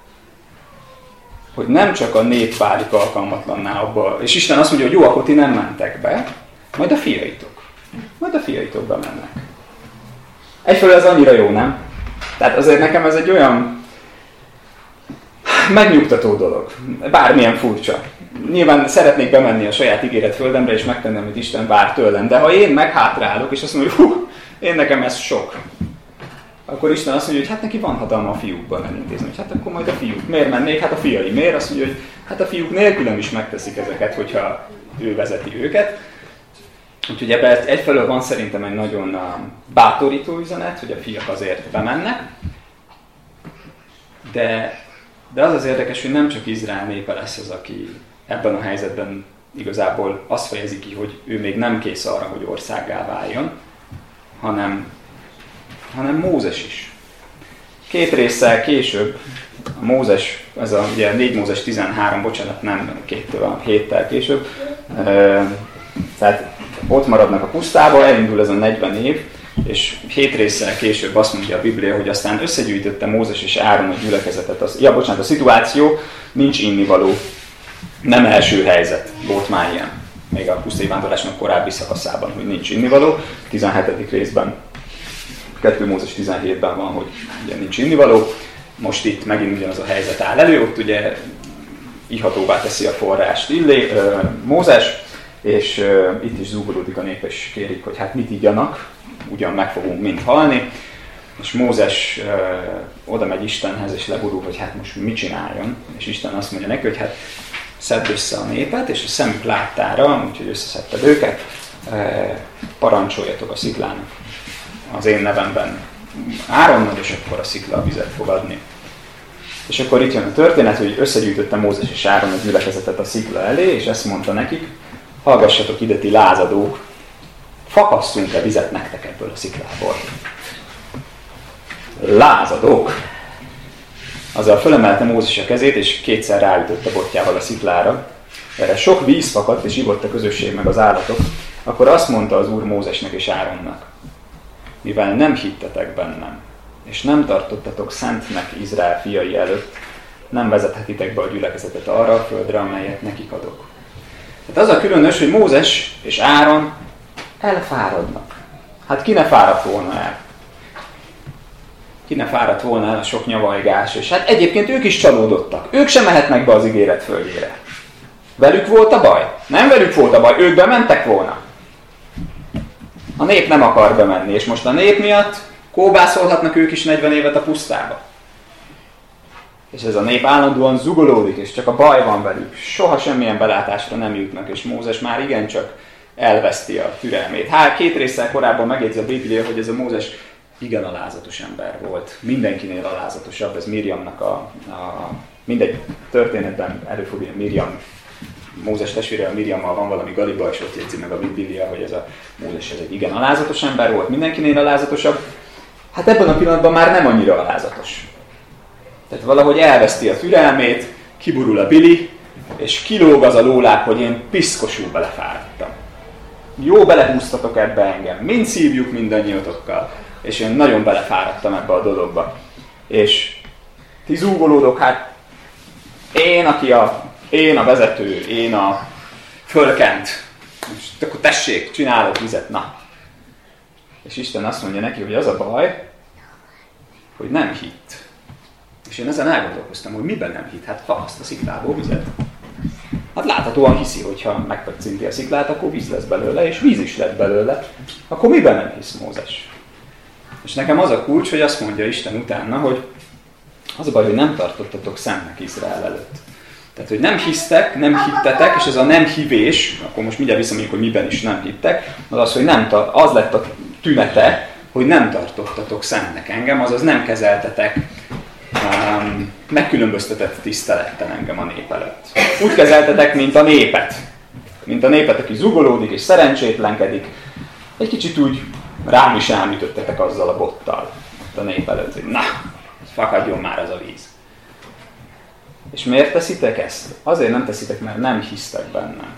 hogy nem csak a nép válik alkalmatlanná abba, és Isten azt mondja, hogy jó, akkor ti nem mentek be, majd a fiaitok. Majd a fiaitok bemennek. Egyfelől ez annyira jó, nem? Tehát azért nekem ez egy olyan megnyugtató dolog. Bármilyen furcsa. Nyilván szeretnék bemenni a saját ígéret földemre, és megtenni, amit Isten vár tőlem. De ha én meghátrálok, és azt mondom, hogy hú, én nekem ez sok, akkor Isten azt mondja, hogy hát neki van hatalma a fiúkban elintézni. Hogy hát akkor majd a fiúk. Miért mennék? Hát a fiai. Miért? Azt mondja, hogy hát a fiúk nélkülem is megteszik ezeket, hogyha ő vezeti őket. Úgyhogy ebben egyfelől van szerintem egy nagyon bátorító üzenet, hogy a fiak azért bemennek, de, de az az érdekes, hogy nem csak Izrael népe lesz az, aki ebben a helyzetben igazából azt fejezi ki, hogy ő még nem kész arra, hogy országgá váljon, hanem, hanem Mózes is. Két résszel később, a Mózes, ez a ugye négy Mózes tizenhárom, bocsánat, nem kéttől a héttel később, tehát ott maradnak a pusztába, elindul ez a negyven év, és hét résszel később azt mondja a Biblia, hogy aztán összegyűjtötte Mózes és Áron a gyülekezetet. Az, ja, bocsánat, a szituáció, nincs innivaló, nem első helyzet, volt már ilyen, még a pusztai vándorlásnak korábbi szakaszában, hogy nincs innivaló. tizenhetedik részben, kettő Mózes tizenhétben van, hogy ugye nincs innivaló. Most itt megint ugyanaz a helyzet áll elő, ott ugye ihatóvá teszi a forrást Illé, ö, Mózes, és uh, itt is zúgolódik a nép, és kérik, hogy hát mit igyanak, ugyan meg fogunk mind halni. És Mózes uh, oda megy Istenhez, és legurul, hogy hát most mit csináljon. És Isten azt mondja neki, hogy hát szedd össze a népet, és a szemük láttára, úgyhogy összeszedted őket, uh, parancsoljatok a sziklának az én nevemben Áronnal, és akkor a szikla a vizet fog adni. És akkor itt jön a történet, hogy összegyűjtötte Mózes és Áron a gyülekezetet a szikla elé, és ezt mondta nekik, hallgassatok ide, ti lázadók, fakasszunk-e vizet nektek ebből a sziklából? Lázadók! Azzal fölemelte Mózes a kezét, és kétszer ráütött a botjával a sziklára. Erre sok víz fakadt, és ivott a közösség meg az állatok. Akkor azt mondta az Úr Mózesnek és Áronnak, mivel nem hittetek bennem, és nem tartottatok szentnek Izrael fiai előtt, nem vezethetitek be a gyülekezetet arra a földre, amelyet nekik adok. Tehát az a különös, hogy Mózes és Áron elfáradnak. Hát ki ne fáradt volna el? Ki ne fáradt volna el a sok nyavajgás, és hát egyébként ők is csalódottak. Ők sem mehetnek be az ígéret földjére. Velük volt a baj? Nem velük volt a baj, ők bementek volna. A nép nem akar bemenni, és most a nép miatt kóbászolhatnak ők is negyven évet a pusztába. És ez a nép állandóan zugolódik, és csak a baj van velük. Soha semmilyen belátásra nem jutnak, és Mózes már igencsak elveszti a türelmét. Hát két résszel korábban megjegyzi a Biblia, hogy ez a Mózes igen alázatos ember volt. Mindenkinél alázatosabb, ez Mirjamnak a, a mindegy történetben előfordul, Mirjam, Mózes testvére, a Mirjammal van valami galiba, és ott jegyzi meg a Biblia, hogy ez a Mózes ez egy igen alázatos ember volt, mindenkinél alázatosabb. Hát ebben a pillanatban már nem annyira alázatos. Tehát valahogy elveszti a türelmét, kiburul a bili, és kilóg az a lólák, hogy én piszkosul belefáradtam. Jó belehúztatok ebbe engem, mind szívjuk mindannyiatokkal, és én nagyon belefáradtam ebbe a dologba. És ti zúgolódok, hát én, aki a, én a vezető, én a fölkent, és akkor tessék, csinálok vizet, na. És Isten azt mondja neki, hogy az a baj, hogy nem hitt. És én ezen elgondolkoztam, hogy miben nem hitt, hát fakaszt a sziklából vizet. Hát láthatóan hiszi, hogyha megpacinti a sziklát, akkor víz lesz belőle, és víz is lett belőle. Akkor miben nem hisz Mózes? És nekem az a kulcs, hogy azt mondja Isten utána, hogy az a baj, hogy nem tartottatok szennek Izrael előtt. Tehát, hogy nem hisztek, nem hittetek, és ez a nem hívés, akkor most mindjárt visszamegyünk, hogy miben is nem hittek, az az, hogy nem tar- az lett a tünete, hogy nem tartottatok szennek engem, azaz nem kezeltetek um, megkülönböztetett tisztelettel engem a nép előtt. Úgy kezeltetek, mint a népet. Mint a népet, aki zugolódik és szerencsétlenkedik. Egy kicsit úgy rám is elműtöttetek azzal a bottal a nép előtt, hogy na, fakadjon már az a víz. És miért teszitek ezt? Azért nem teszitek, mert nem hisztek bennem.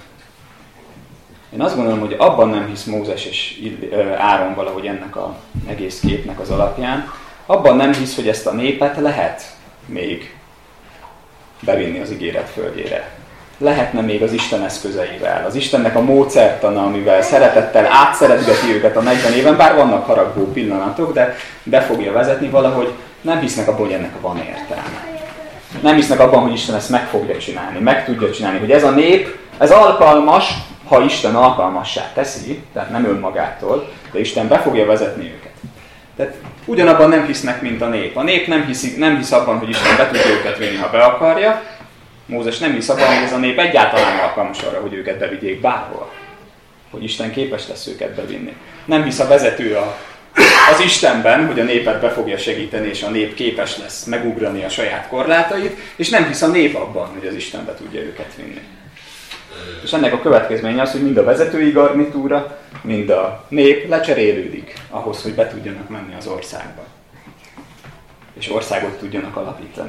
Én azt gondolom, hogy abban nem hisz Mózes és Áron valahogy ennek az egész képnek az alapján, abban nem hisz, hogy ezt a népet lehet még bevinni az ígéret földjére. Lehetne még az Isten eszközeivel, az Istennek a módszertana, amivel szeretettel átszeretgeti őket a negyven éven, bár vannak haragvó pillanatok, de be fogja vezetni valahogy, nem hisznek abban, hogy ennek van értelme. Nem hisznek abban, hogy Isten ezt meg fogja csinálni, meg tudja csinálni, hogy ez a nép, ez alkalmas, ha Isten alkalmassá teszi, tehát nem önmagától, de Isten be fogja vezetni őket. Tehát ugyanabban nem hisznek, mint a nép. A nép nem, hiszik, nem hisz abban, hogy Isten be tudja őket vinni, ha be akarja. Mózes nem hisz abban, hogy ez a nép egyáltalán alkalmas arra, hogy őket bevigyék bárhol. Hogy Isten képes lesz őket bevinni. Nem hisz a vezető a, az Istenben, hogy a népet be fogja segíteni, és a nép képes lesz megugrani a saját korlátait, és nem hisz a nép abban, hogy az Isten be tudja őket vinni. És ennek a következménye az, hogy mind a vezetői garnitúra, mind a nép lecserélődik ahhoz, hogy be tudjanak menni az országba. És országot tudjanak alapítani.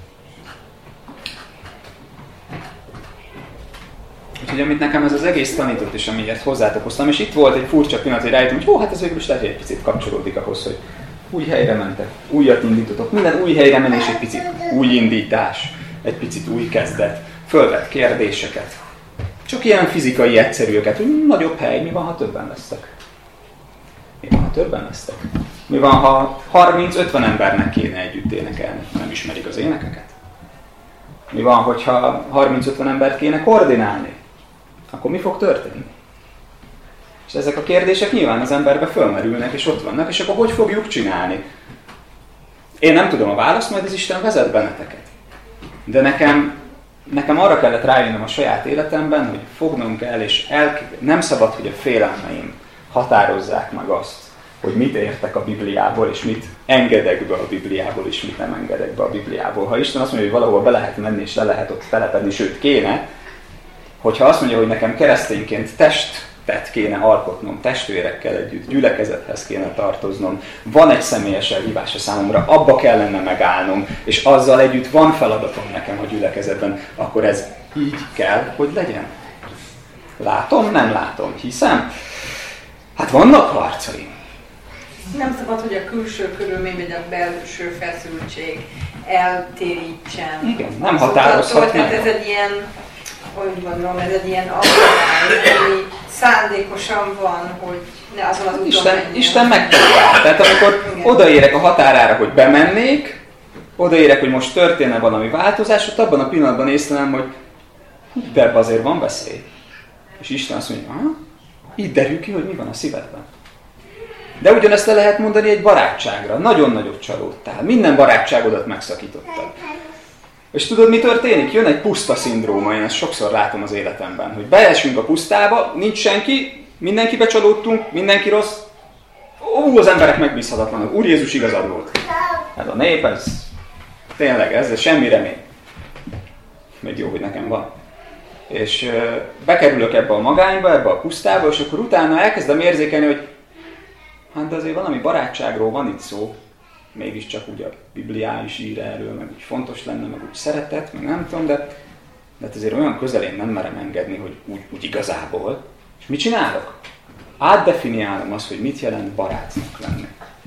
Úgyhogy amit nekem ez az egész tanított, és amiért hozzátok hoztam, és itt volt egy furcsa pillanat, hogy rájöttem, hogy jó, hát ez végül is lehet, hogy egy picit kapcsolódik ahhoz, hogy új helyre mentek, újat indítotok, minden új helyre menés egy picit új indítás, egy picit új kezdet, fölvett kérdéseket. Csak ilyen fizikai egyszerűeket, hogy nagyobb hely, mi van, ha többen lesztek? Mi van, ha többen lesztek? Mi van, ha harminc-ötven embernek kéne együtt énekelni, nem ismerik az énekeket? Mi van, hogyha harminc-ötven embert kéne koordinálni? Akkor mi fog történni? És ezek a kérdések nyilván az emberbe fölmerülnek, és ott vannak, és akkor hogy fogjuk csinálni? Én nem tudom a választ, majd az Isten vezet benneteket. De nekem, nekem arra kellett rájönnöm a saját életemben, hogy fognom kell, és el, nem szabad, hogy a félelmeim határozzák meg azt, hogy mit értek a Bibliából, és mit engedek be a Bibliából, és mit nem engedek be a Bibliából. Ha Isten azt mondja, hogy valahol be lehet menni, és le lehet ott telepedni, sőt kéne, hogyha azt mondja, hogy nekem keresztényként testet kéne alkotnom, testvérekkel együtt, gyülekezethez kéne tartoznom, van egy személyes elhívás a számomra, abba kellene megállnom, és azzal együtt van feladatom nekem a gyülekezetben, akkor ez így kell, hogy legyen. Látom, nem látom, hiszem? Hát vannak harcaim. Nem szabad, hogy a külső körülmény vagy a belső feszültség eltérítsen. Igen, nem határozhat meg. Ez egy ilyen, hogy gondolom, ez egy ilyen akadály, ami szándékosan van, hogy ne azon az úton Isten, menjen. Isten megpróbál. Tehát amikor igen. odaérek a határára, hogy bemennék, odaérek, hogy most történne valami változás, ott abban a pillanatban észlelem, hogy de ebben azért van veszély. És Isten azt mondja, aha, így derül ki, hogy mi van a szívedben. De ugyanezt le lehet mondani egy barátságra. Nagyon nagyot csalódtál. Minden barátságodat megszakítottad. És tudod, mi történik? Jön egy puszta szindróma, én ezt sokszor látom az életemben, hogy beesünk a pusztába, nincs senki, mindenki becsalódtunk, mindenki rossz. Ó, az emberek megbízhatatlanok. Úr Jézus igazad volt. Ez a nép, ez tényleg, ez, ez semmi remény. Még jó, hogy nekem van. És uh, bekerülök ebbe a magányba, ebbe a pusztába, és akkor utána elkezdem érzékelni, hogy hát de azért valami barátságról van itt szó, mégiscsak úgy a Bibliá is ír erről, meg úgy fontos lenne, meg úgy szeretet, meg nem tudom, de, de azért olyan közelén nem merem engedni, hogy úgy, úgy igazából. És mit csinálok? Átdefiniálom azt, hogy mit jelent barátnak lenni.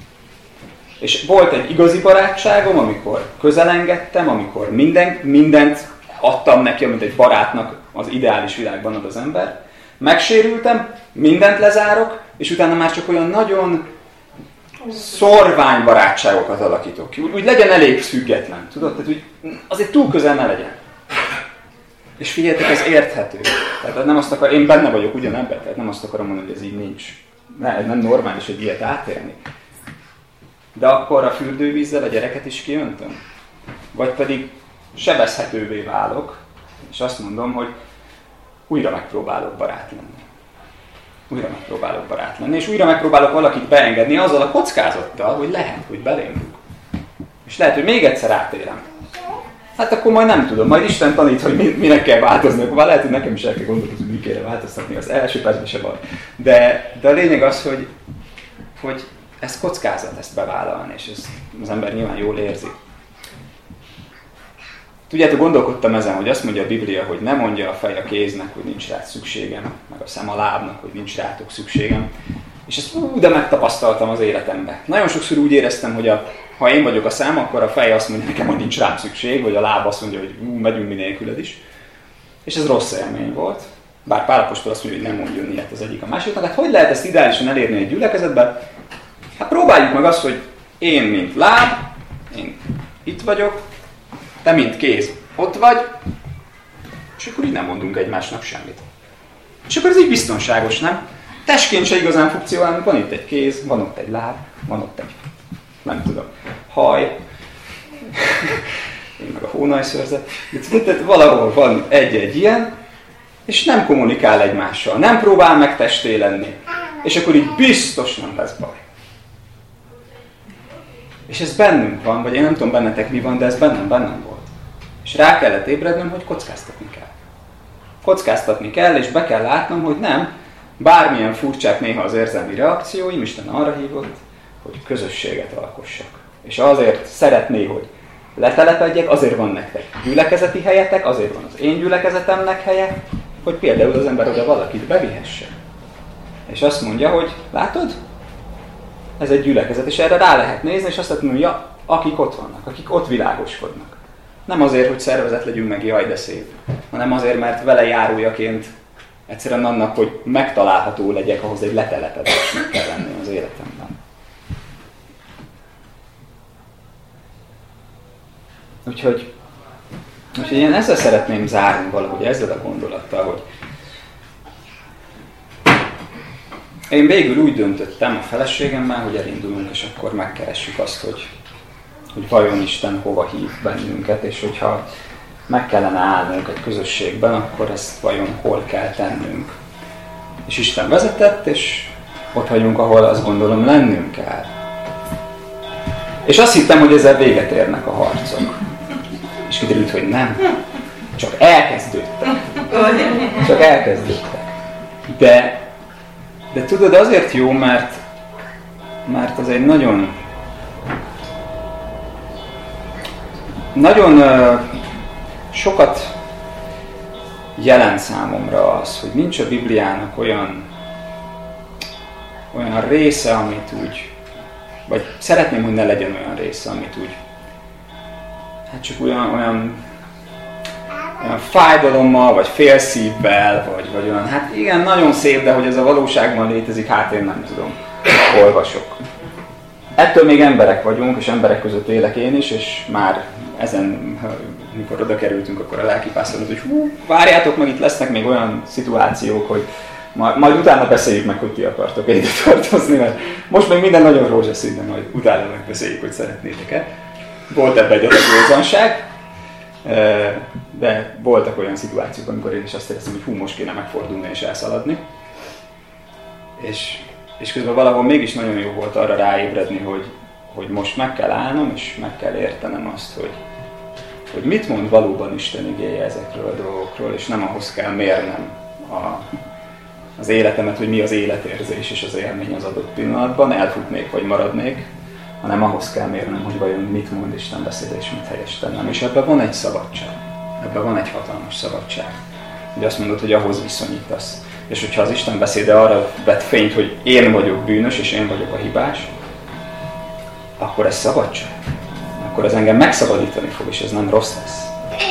És volt egy igazi barátságom, amikor közelengedtem, amikor minden, mindent adtam neki, amit egy barátnak az ideális világban ad az ember. Megsérültem, mindent lezárok, és utána már csak olyan nagyon szorványbarátságokat alakítok ki. Úgy, úgy legyen elég független, tudod? Tehát úgy, azért túl közel ne legyen. És figyeljetek, ez érthető. Tehát nem azt akar, én benne vagyok ugyanebben, tehát nem azt akarom mondani, hogy ez így nincs. Ne, nem normális egy ilyet átélni. De akkor a fürdővízzel a gyereket is kiöntöm? Vagy pedig sebezhetővé válok, és azt mondom, hogy újra megpróbálok barát lenni. Újra megpróbálok barát lenni, és újra megpróbálok valakit beengedni azzal a kockázattal, hogy lehet, hogy belém rúg. És lehet, hogy még egyszer átérem. Hát akkor majd nem tudom, majd Isten tanít, hogy minek kell változni, akkor már lehet, hogy nekem is el kell gondolkozni, hogy mi kéne változtatni, az első percben se van. De, de a lényeg az, hogy, hogy ez kockázat ezt bevállalni, és ezt az ember nyilván jól érzi. Tudjátok, gondolkodtam ezen, hogy azt mondja a Biblia, hogy nem mondja a fej a kéznek, hogy nincs rád szükségem, meg a szem a lábnak, hogy nincs rátok szükségem. És ezt ú, de megtapasztaltam az életemben. Nagyon sokszor úgy éreztem, hogy a, ha én vagyok a szem, akkor a fej azt mondja nekem, hogy nincs rám szükség, vagy a láb azt mondja, hogy ú, megyünk mi nélküled is. És ez rossz élmény volt. Bár Pál apostol azt mondja, hogy nem mondjon ilyet az egyik a másiknak. Hát hogy lehet ezt ideálisan elérni egy gyülekezetben? Hát próbáljuk meg azt, hogy én, mint láb, én itt vagyok, te, mint kéz, ott vagy, és akkor így nem mondunk egymásnak semmit. És akkor ez így biztonságos, nem? Testként se igazán funkcionálunk, van itt egy kéz, van ott egy láb, van ott egy, nem tudom, haj, én meg a hónajszőrzet. Tehát valahol van egy-egy ilyen, és nem kommunikál egymással, nem próbál meg testé lenni. És akkor így biztos nem lesz baj. És ez bennünk van, vagy én nem tudom bennetek mi van, de ez bennem, bennem volt. És rá kellett ébrednem, hogy kockáztatni kell. Kockáztatni kell, és be kell látnom, hogy nem, bármilyen furcsák néha az érzelmi reakcióim, Isten arra hívott, hogy közösséget alkossak. És azért szeretné, hogy letelepedjek, azért van nektek gyülekezeti helyetek, azért van az én gyülekezetemnek helye, hogy például az ember oda valakit bevihesse. És azt mondja, hogy látod, ez egy gyülekezet, és erre rá lehet nézni, és azt lehet mondani, hogy ja, akik ott vannak, akik ott világoskodnak. Nem azért, hogy szervezet legyünk meg, jaj, de szép, hanem azért, mert vele járójaként egyszerűen annak, hogy megtalálható legyek, ahhoz egy letelepedésnek kell lenni az életemben. Úgyhogy, úgyhogy én ezzel szeretném zárni valahogy, ezzel a gondolattal, hogy én végül úgy döntöttem a feleségemmel, hogy elindulunk, és akkor megkeressük azt, hogy, hogy vajon Isten hova hív bennünket, és hogyha meg kellene állnunk egy közösségben, akkor ezt vajon hol kell tennünk. És Isten vezetett, és ott vagyunk, ahol azt gondolom lennünk kell. És azt hittem, hogy ezzel véget érnek a harcok. És kiderült, hogy nem. Csak elkezdődtek. Csak elkezdődtek. De, de tudod, azért jó, mert, mert az egy nagyon nagyon uh, sokat jelent számomra az, hogy nincs a Bibliának olyan olyan része, amit úgy, vagy szeretném, hogy ne legyen olyan része, amit úgy, hát csak olyan, olyan, olyan fájdalommal, vagy félszívvel, vagy, vagy olyan, hát igen, nagyon szép, de hogy ez a valóságban létezik, hát én nem tudom, olvasok. Ettől még emberek vagyunk, és emberek között élek én is, és már ezen, mikor oda kerültünk, akkor a lelkipásztor mondta, hogy hú, várjátok meg, itt lesznek még olyan szituációk, hogy majd, majd utána beszéljük meg, hogy ti akartok ide tartozni, mert most még minden nagyon rózsaszín, de majd utána megbeszéljük, hogy szeretnétek-e. Volt ebben egy adag józanság, de voltak olyan szituációk, amikor én is azt éreztem, hogy hú, most kéne megfordulni és elszaladni. És, és közben valahol mégis nagyon jó volt arra ráébredni, hogy, hogy most meg kell állnom, és meg kell értenem azt, hogy, hogy mit mond valóban Isten igéje ezekről a dolgokról, és nem ahhoz kell mérnem a, az életemet, hogy mi az életérzés és az élmény az adott pillanatban, elfutnék vagy maradnék, hanem ahhoz kell mérnem, hogy vajon mit mond Isten beszéde és mit helyes tennem. És ebben van egy szabadság. Ebben van egy hatalmas szabadság. Ugye azt mondod, hogy ahhoz viszonyítasz. És hogyha az Isten beszéde arra vett fényt, hogy én vagyok bűnös és én vagyok a hibás, akkor ez szabadság. Akkor ez engem megszabadítani fog, és ez nem rossz lesz.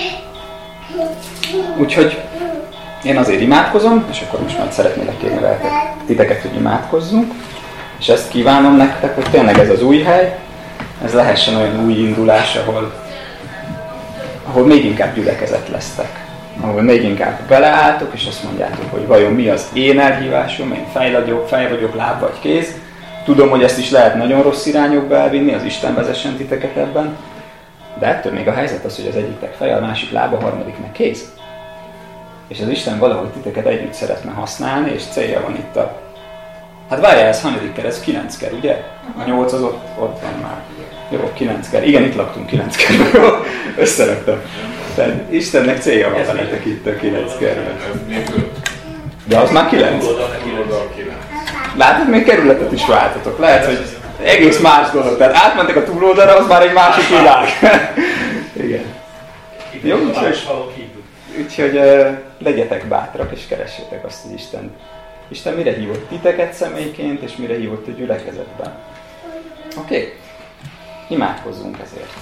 Úgyhogy én azért imádkozom, és akkor most már szeretnélek kérni veletek titeket, hogy imádkozzunk. És ezt kívánom nektek, hogy tényleg ez az új hely, ez lehessen olyan új indulás, ahol, ahol még inkább gyülekezet lesztek. Ahol még inkább beleálltok, és azt mondjátok, hogy vajon mi az én elhívásom, én fej vagyok, fej vagyok, láb vagy kéz. Tudom, hogy ezt is lehet nagyon rossz irányokba elvinni, az Isten vezessen titeket ebben. De ettől még a helyzet az, hogy az egyiknek fej, a másik lába, a harmadiknek kéz. És az Isten valahogy titeket együtt szeretne használni, és célja van itt a... Hát várjál, ez hanyadikker, ez kilencker, ugye? A nyolc az ott, ott van már. Jó, kilencker. Igen, itt laktunk kilencker. Összeraktam. Tehát Istennek célja van veletek itt a kilenckerben. De az már kilenc. Látod, még kerületet is váltatok. Lehet, hogy egész más dolog. Tehát átmentek a túloldalra, az már egy másik világ. Igen. Jó, úgyhogy, úgyhogy uh, legyetek bátrak és keressétek azt, hogy Isten. Isten mire hívott titeket személyként, és mire hívott a gyülekezetben. Oké? Okay. Imádkozzunk ezért.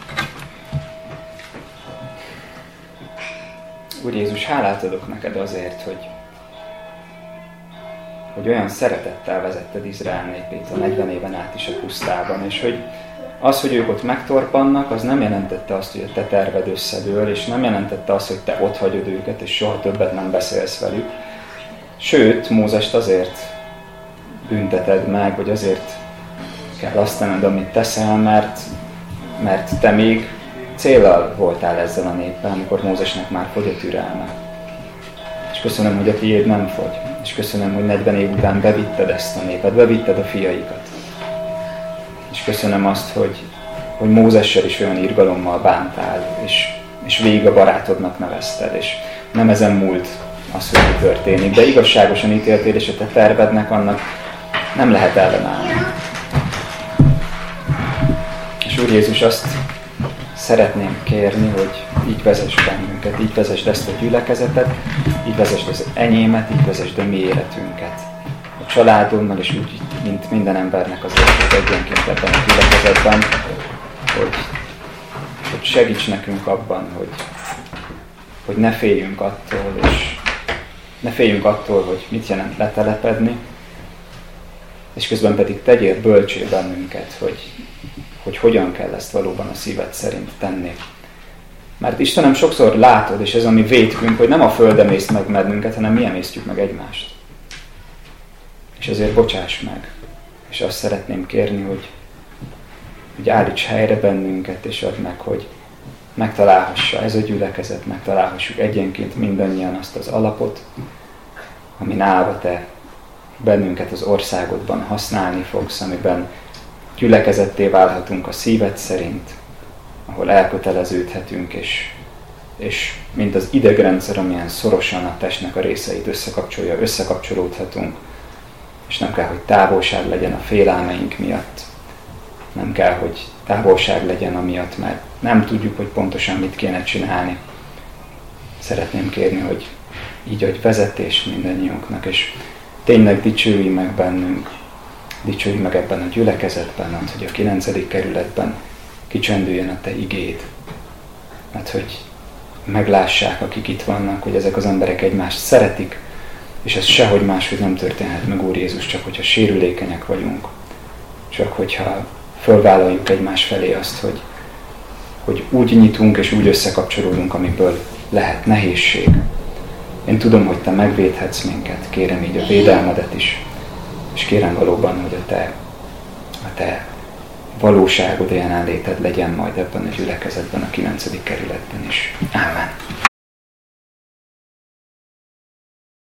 Úr Jézus, hálát adok neked azért, hogy, hogy olyan szeretettel vezetted Izrael népét a negyven éven át is a pusztában, és hogy az, hogy ők ott megtorpannak, az nem jelentette azt, hogy a te terved összedől, és nem jelentette azt, hogy te ott hagyod őket, és soha többet nem beszélsz velük. Sőt, Mózest azért bünteted meg, vagy azért kell azt tenned, amit teszel, mert, mert te még céllal voltál ezzel a néppel, amikor Mózesnek már fogy a türelme. És köszönöm, hogy a tiéd nem fogy. És köszönöm, hogy negyven év után bevitted ezt a népet, bevitted a fiaikat. És köszönöm azt, hogy, hogy Mózessel is olyan irgalommal bántál, és, és végig a barátodnak nevezted, és nem ezen múlt az, hogy mi történik, de igazságosan ítéltél, és a te tervednek annak nem lehet ellenállni. És Úr Jézus, azt szeretném kérni, hogy így vezess bennünket, így vezesd ezt a gyülekezetet, így vezesd az enyémet, így vezesd a mi életünket. A családommal, és úgy, mint minden embernek az életét egyenként ebben a gyülekezetben, hogy, hogy segíts nekünk abban, hogy, hogy ne féljünk attól, és ne féljünk attól, hogy mit jelent letelepedni, és közben pedig tegyél bölcsé bennünket, hogy, hogy hogyan kell ezt valóban a szíved szerint tenni. Mert Istenem, sokszor látod, és ez a mi vétkünk, hogy nem a földem észt meg bennünket, hanem mi emésztjük meg egymást. És azért bocsáss meg. És azt szeretném kérni, hogy, hogy állíts helyre bennünket, és add meg, hogy megtalálhassa ez a gyülekezet, megtalálhassuk egyenként mindannyian azt az alapot, amin állva te bennünket az országodban használni fogsz, amiben gyülekezetté válhatunk a szíved szerint, ahol elköteleződhetünk, és, és mint az idegrendszer, amilyen szorosan a testnek a részeit összekapcsolja, összekapcsolódhatunk, és nem kell, hogy távolság legyen a félelmeink miatt, nem kell, hogy távolság legyen amiatt, mert nem tudjuk, hogy pontosan mit kéne csinálni. Szeretném kérni, hogy így adj vezetést mindannyiunknak, és tényleg dicsőj meg bennünk, dicsőj meg ebben a gyülekezetben, hogy a kilencedik kerületben kicsendüljön a te igéd. Mert hogy meglássák, akik itt vannak, hogy ezek az emberek egymást szeretik, és ez sehogy máshogy nem történhet meg, Úr Jézus, csak hogyha sérülékenyek vagyunk. Csak hogyha fölvállaljuk egymás felé azt, hogy, hogy úgy nyitunk és úgy összekapcsolódunk, amiből lehet nehézség. Én tudom, hogy te megvédhetsz minket, kérem így a védelmedet is, és kérem valóban, hogy a te, a te valóságod, jelenléted legyen majd ebben a gyülekezetben, a kilencedik kerületben is. Ámen.